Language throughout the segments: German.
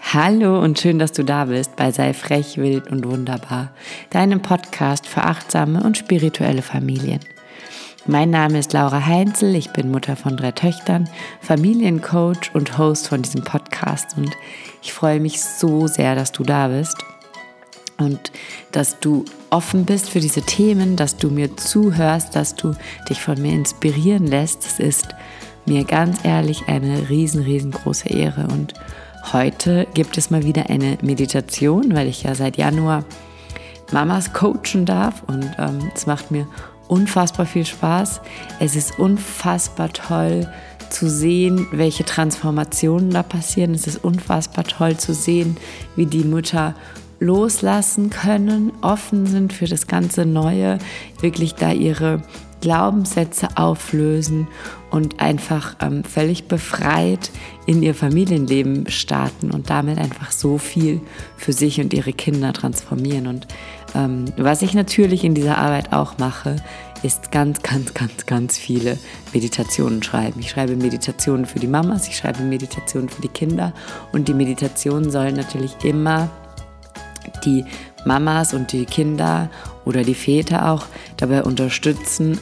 Hallo und schön, dass du da bist bei Sei frech, wild und wunderbar, deinem Podcast für achtsame und spirituelle Familien. Mein Name ist Laura Heinzel, ich bin Mutter von 3 Töchtern, Familiencoach und Host von diesem Podcast und ich freue mich so sehr, dass du da bist und dass du offen bist für diese Themen, dass du mir zuhörst, dass du dich von mir inspirieren lässt. Es ist mir ganz ehrlich eine riesengroße Ehre und heute gibt es mal wieder eine Meditation, weil ich ja seit Januar Mamas coachen darf und es macht mir unfassbar viel Spaß. Es ist unfassbar toll zu sehen, welche Transformationen da passieren. Es ist unfassbar toll zu sehen, wie die Mütter loslassen können, offen sind für das ganze Neue, wirklich da ihre Glaubenssätze auflösen und einfach völlig befreit in ihr Familienleben starten und damit einfach so viel für sich und ihre Kinder transformieren. Und was ich natürlich in dieser Arbeit auch mache, ist ganz viele Meditationen schreiben. Ich schreibe Meditationen für die Mamas, ich schreibe Meditationen für die Kinder und die Meditationen sollen natürlich immer die Mamas und die Kinder oder die Väter auch dabei unterstützen,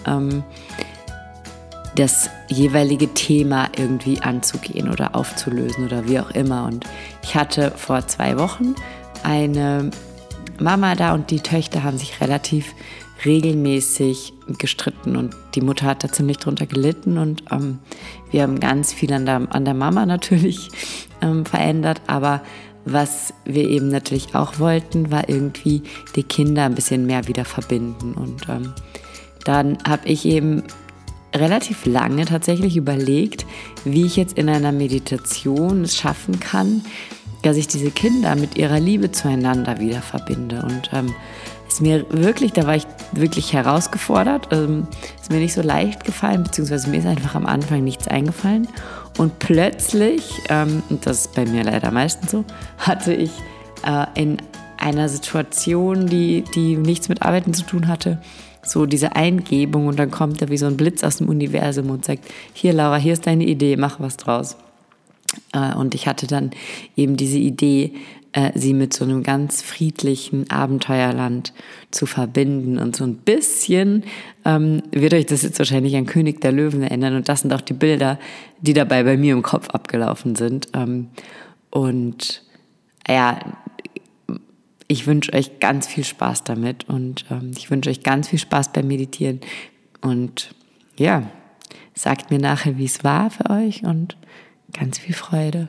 das jeweilige Thema irgendwie anzugehen oder aufzulösen oder wie auch immer. Und ich hatte vor 2 Wochen eine Mama da und die Töchter haben sich relativ regelmäßig gestritten und die Mutter hat da ziemlich drunter gelitten und wir haben ganz viel an der Mama natürlich verändert, aber was wir eben natürlich auch wollten, war irgendwie die Kinder ein bisschen mehr wieder verbinden. Und dann habe ich eben relativ lange tatsächlich überlegt, wie ich jetzt in einer Meditation es schaffen kann, dass ich diese Kinder mit ihrer Liebe zueinander wieder verbinde. Und da war ich wirklich herausgefordert. Ist mir nicht so leicht gefallen, beziehungsweise mir ist einfach am Anfang nichts eingefallen. Und plötzlich, und das ist bei mir leider meistens so, hatte ich in einer Situation, die nichts mit Arbeiten zu tun hatte, so diese Eingebung und dann kommt da wie so ein Blitz aus dem Universum und sagt, hier Laura, hier ist deine Idee, mach was draus. Und ich hatte dann eben diese Idee, sie mit so einem ganz friedlichen Abenteuerland zu verbinden. Und so ein bisschen wird euch das jetzt wahrscheinlich an König der Löwen erinnern. Und das sind auch die Bilder, die dabei bei mir im Kopf abgelaufen sind. Und ja, ich wünsche euch ganz viel Spaß damit. Und ich wünsche euch ganz viel Spaß beim Meditieren. Und ja, sagt mir nachher, wie es war für euch und ganz viel Freude.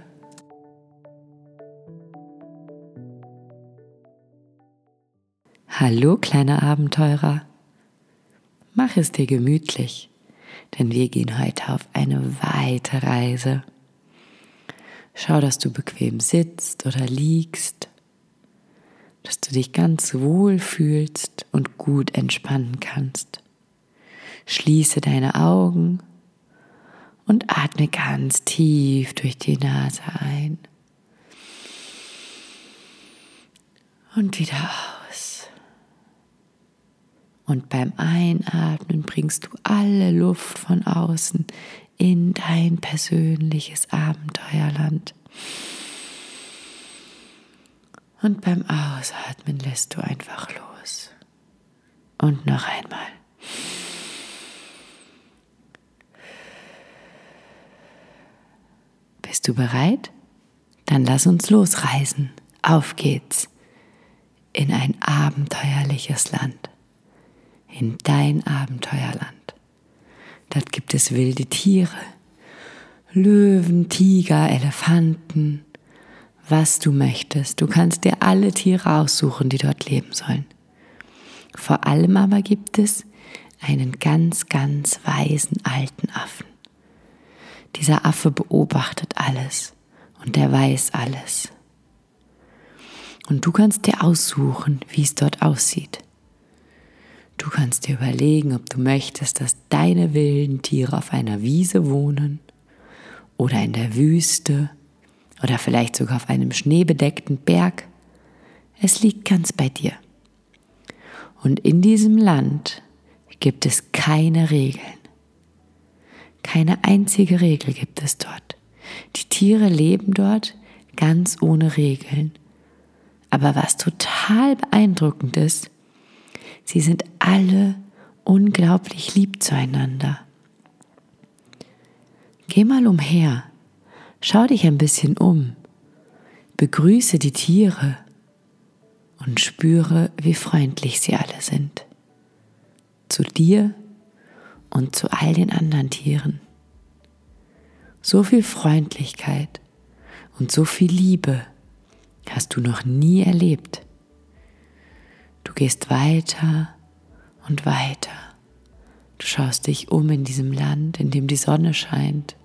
Hallo, kleiner Abenteurer. Mach es dir gemütlich, denn wir gehen heute auf eine weite Reise. Schau, dass du bequem sitzt oder liegst, dass du dich ganz wohl fühlst und gut entspannen kannst. Schließe deine Augen und atme ganz tief durch die Nase ein und wieder aus. Und beim Einatmen bringst du alle Luft von außen in dein persönliches Abenteuerland. Und beim Ausatmen lässt du einfach los. Und noch einmal. Bist du bereit? Dann lass uns losreisen. Auf geht's in ein abenteuerliches Land. In dein Abenteuerland. Dort gibt es wilde Tiere, Löwen, Tiger, Elefanten, was du möchtest. Du kannst dir alle Tiere aussuchen, die dort leben sollen. Vor allem aber gibt es einen ganz weisen alten Affen. Dieser Affe beobachtet alles und der weiß alles. Und du kannst dir aussuchen, wie es dort aussieht. Du kannst dir überlegen, ob du möchtest, dass deine wilden Tiere auf einer Wiese wohnen oder in der Wüste oder vielleicht sogar auf einem schneebedeckten Berg. Es liegt ganz bei dir. Und in diesem Land gibt es keine Regeln. Keine einzige Regel gibt es dort. Die Tiere leben dort ganz ohne Regeln. Aber was total beeindruckend ist, sie sind alle unglaublich lieb zueinander. Geh mal umher, schau dich ein bisschen um, begrüße die Tiere und spüre, wie freundlich sie alle sind. Zu dir und zu all den anderen Tieren. So viel Freundlichkeit und so viel Liebe hast du noch nie erlebt. Du gehst weiter und weiter. Du schaust dich um in diesem Land, in dem die Sonne scheint,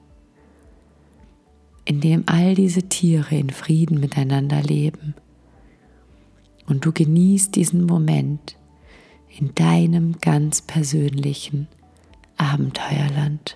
in dem all diese Tiere in Frieden miteinander leben. Und du genießt diesen Moment in deinem ganz persönlichen Abenteuerland.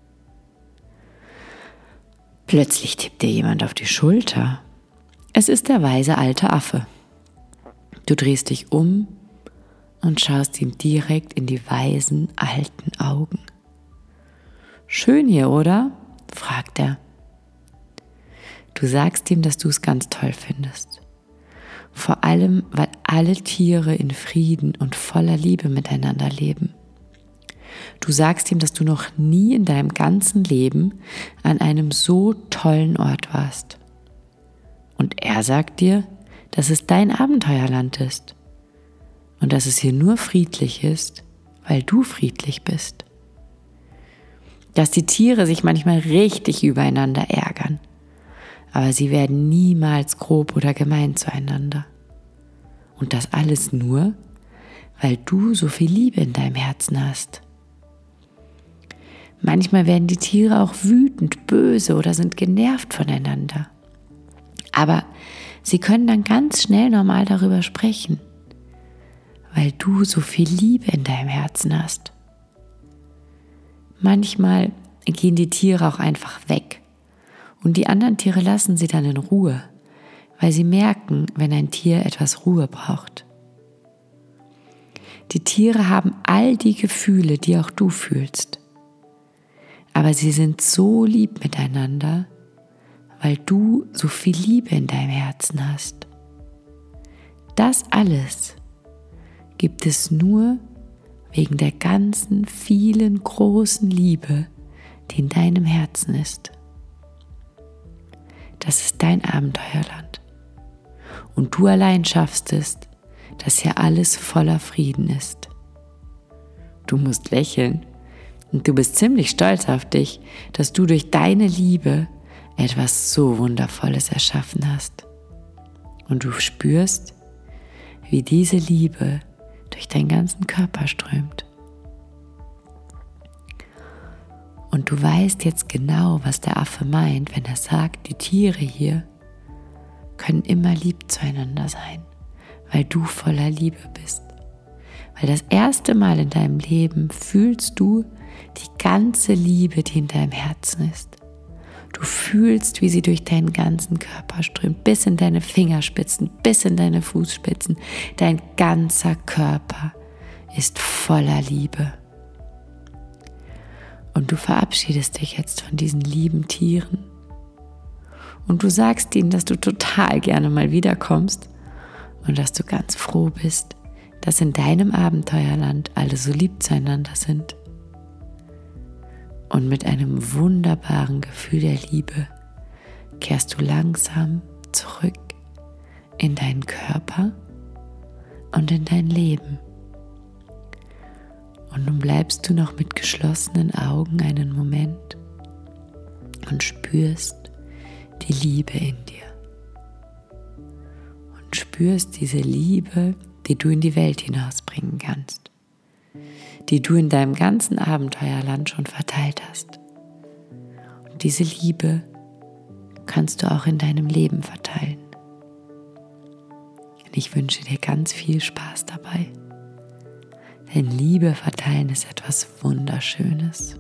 Plötzlich tippt dir jemand auf die Schulter. Es ist der weise alte Affe. Du drehst dich um und schaust ihm direkt in die weisen alten Augen. Schön hier, oder? Fragt er. Du sagst ihm, dass du es ganz toll findest. Vor allem, weil alle Tiere in Frieden und voller Liebe miteinander leben. Du sagst ihm, dass du noch nie in deinem ganzen Leben an einem so tollen Ort warst. Und er sagt dir, dass es dein Abenteuerland ist und dass es hier nur friedlich ist, weil du friedlich bist. Dass die Tiere sich manchmal richtig übereinander ärgern, aber sie werden niemals grob oder gemein zueinander. Und das alles nur, weil du so viel Liebe in deinem Herzen hast. Manchmal werden die Tiere auch wütend, böse oder sind genervt voneinander. Aber sie können dann ganz schnell normal darüber sprechen, weil du so viel Liebe in deinem Herzen hast. Manchmal gehen die Tiere auch einfach weg und die anderen Tiere lassen sie dann in Ruhe, weil sie merken, wenn ein Tier etwas Ruhe braucht. Die Tiere haben all die Gefühle, die auch du fühlst. Aber sie sind so lieb miteinander, weil du so viel Liebe in deinem Herzen hast. Das alles gibt es nur wegen der ganzen vielen großen Liebe, die in deinem Herzen ist. Das ist dein Abenteuerland. Und du allein schaffst es, dass hier alles voller Frieden ist. Du musst lächeln. Und du bist ziemlich stolz auf dich, dass du durch deine Liebe etwas so Wundervolles erschaffen hast. Und du spürst, wie diese Liebe durch deinen ganzen Körper strömt. Und du weißt jetzt genau, was der Affe meint, wenn er sagt, die Tiere hier können immer lieb zueinander sein, weil du voller Liebe bist. Weil das erste Mal in deinem Leben fühlst du die ganze Liebe, die in deinem Herzen ist. Du fühlst, wie sie durch deinen ganzen Körper strömt, bis in deine Fingerspitzen, bis in deine Fußspitzen. Dein ganzer Körper ist voller Liebe. Und du verabschiedest dich jetzt von diesen lieben Tieren. Und du sagst ihnen, dass du total gerne mal wiederkommst und dass du ganz froh bist, dass in deinem Abenteuerland alle so lieb zueinander sind. Und mit einem wunderbaren Gefühl der Liebe kehrst du langsam zurück in deinen Körper und in dein Leben. Und nun bleibst du noch mit geschlossenen Augen einen Moment und spürst die Liebe in dir. Und spürst diese Liebe, die du in die Welt hinausbringen kannst, die du in deinem ganzen Abenteuerland schon verteilt hast. Und diese Liebe kannst du auch in deinem Leben verteilen. Und ich wünsche dir ganz viel Spaß dabei. Denn Liebe verteilen ist etwas Wunderschönes.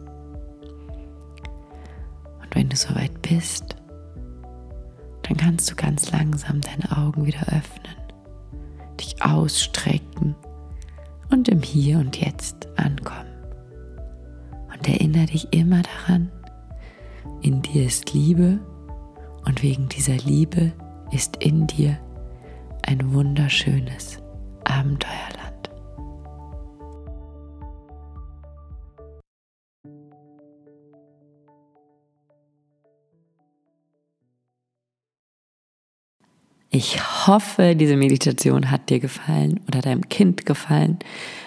Und wenn du soweit bist, dann kannst du ganz langsam deine Augen wieder öffnen, dich ausstrecken und im Hier und Jetzt ankommen. Und erinnere dich immer daran, in dir ist Liebe Und wegen dieser Liebe ist in dir ein wunderschönes Abenteuerland. Ich hoffe, diese Meditation hat dir gefallen oder deinem Kind gefallen.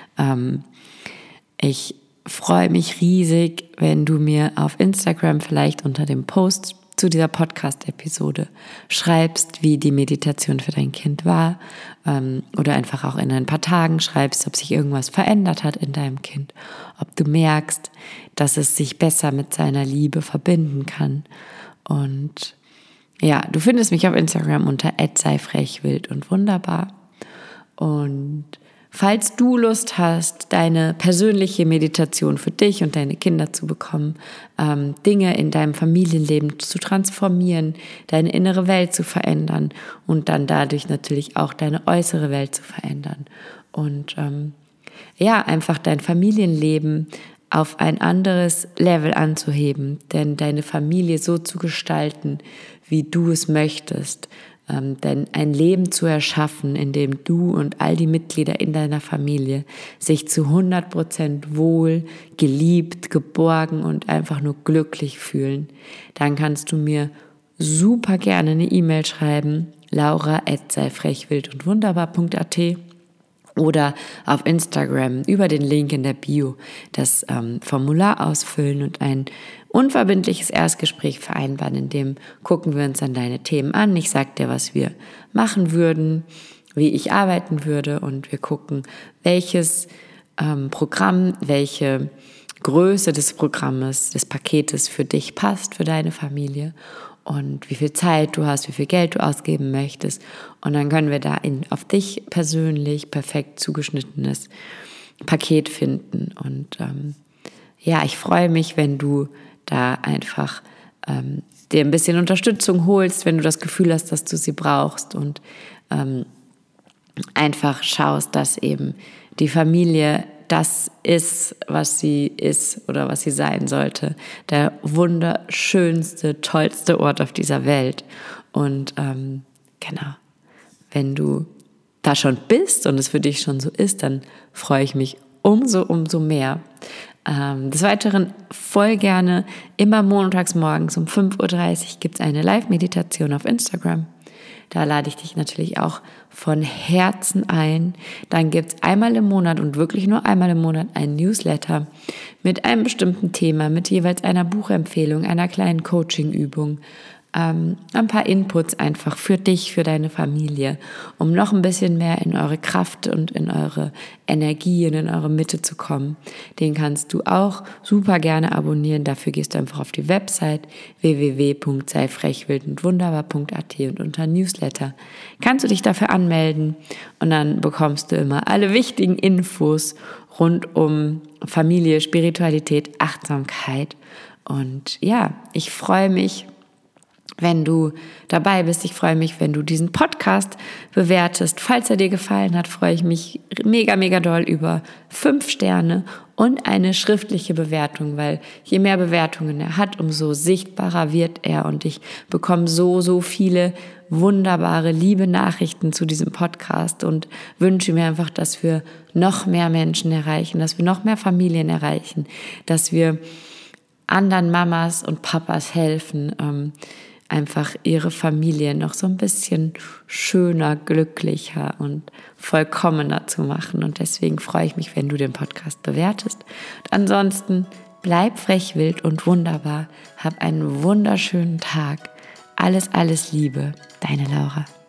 Ich freue mich riesig, wenn du mir auf Instagram vielleicht unter dem Post zu dieser Podcast-Episode schreibst, wie die Meditation für dein Kind war, oder einfach auch in ein paar Tagen schreibst, ob sich irgendwas verändert hat in deinem Kind, ob du merkst, dass es sich besser mit seiner Liebe verbinden kann. Und ja, du findest mich auf Instagram unter @seifrech, wild und wunderbar. Und falls du Lust hast, deine persönliche Meditation für dich und deine Kinder zu bekommen, Dinge in deinem Familienleben zu transformieren, deine innere Welt zu verändern und dann dadurch natürlich auch deine äußere Welt zu verändern und einfach dein Familienleben auf ein anderes Level anzuheben, denn deine Familie so zu gestalten, wie du es möchtest, denn ein Leben zu erschaffen, in dem du und all die Mitglieder in deiner Familie sich zu 100% wohl, geliebt, geborgen und einfach nur glücklich fühlen, dann kannst du mir super gerne eine E-Mail schreiben, laura@seifrech-wild-und-wunderbar.at oder auf Instagram über den Link in der Bio das Formular ausfüllen und ein unverbindliches Erstgespräch vereinbaren, in dem gucken wir uns dann deine Themen an. Ich sage dir, was wir machen würden, wie ich arbeiten würde und wir gucken, welches Programm, welche Größe des Programmes, des Paketes für dich passt, für deine Familie und wie viel Zeit du hast, wie viel Geld du ausgeben möchtest. Und dann können wir da auf dich persönlich perfekt zugeschnittenes Paket finden. Und ich freue mich, wenn du da einfach dir ein bisschen Unterstützung holst, wenn du das Gefühl hast, dass du sie brauchst und einfach schaust, dass eben die Familie das ist, was sie ist oder was sie sein sollte. Der wunderschönste, tollste Ort auf dieser Welt. Und wenn du da schon bist und es für dich schon so ist, dann freue ich mich umso mehr. Des Weiteren voll gerne immer montags morgens um 5:30 Uhr gibt es eine Live-Meditation auf Instagram. Da lade ich dich natürlich auch von Herzen ein. Dann gibt es einmal im Monat und wirklich nur einmal im Monat einen Newsletter mit einem bestimmten Thema, mit jeweils einer Buchempfehlung, einer kleinen Coaching-Übung, ein paar Inputs einfach für dich, für deine Familie, um noch ein bisschen mehr in eure Kraft und in eure Energie und in eure Mitte zu kommen. Den kannst du auch super gerne abonnieren. Dafür gehst du einfach auf die Website www.seifrech-wild-und-wunderbar.at und unter Newsletter kannst du dich dafür anmelden und dann bekommst du immer alle wichtigen Infos rund um Familie, Spiritualität, Achtsamkeit. Und ja, ich freue mich, wenn du dabei bist. Ich freue mich, wenn du diesen Podcast bewertest. Falls er dir gefallen hat, freue ich mich mega doll über 5 Sterne und eine schriftliche Bewertung, weil je mehr Bewertungen er hat, umso sichtbarer wird er und ich bekomme so viele wunderbare, liebe Nachrichten zu diesem Podcast und wünsche mir einfach, dass wir noch mehr Menschen erreichen, dass wir noch mehr Familien erreichen, dass wir anderen Mamas und Papas helfen, einfach ihre Familie noch so ein bisschen schöner, glücklicher und vollkommener zu machen. Und deswegen freue ich mich, wenn du den Podcast bewertest. Und ansonsten bleib frech, wild und wunderbar. Hab einen wunderschönen Tag. Alles Liebe, deine Laura.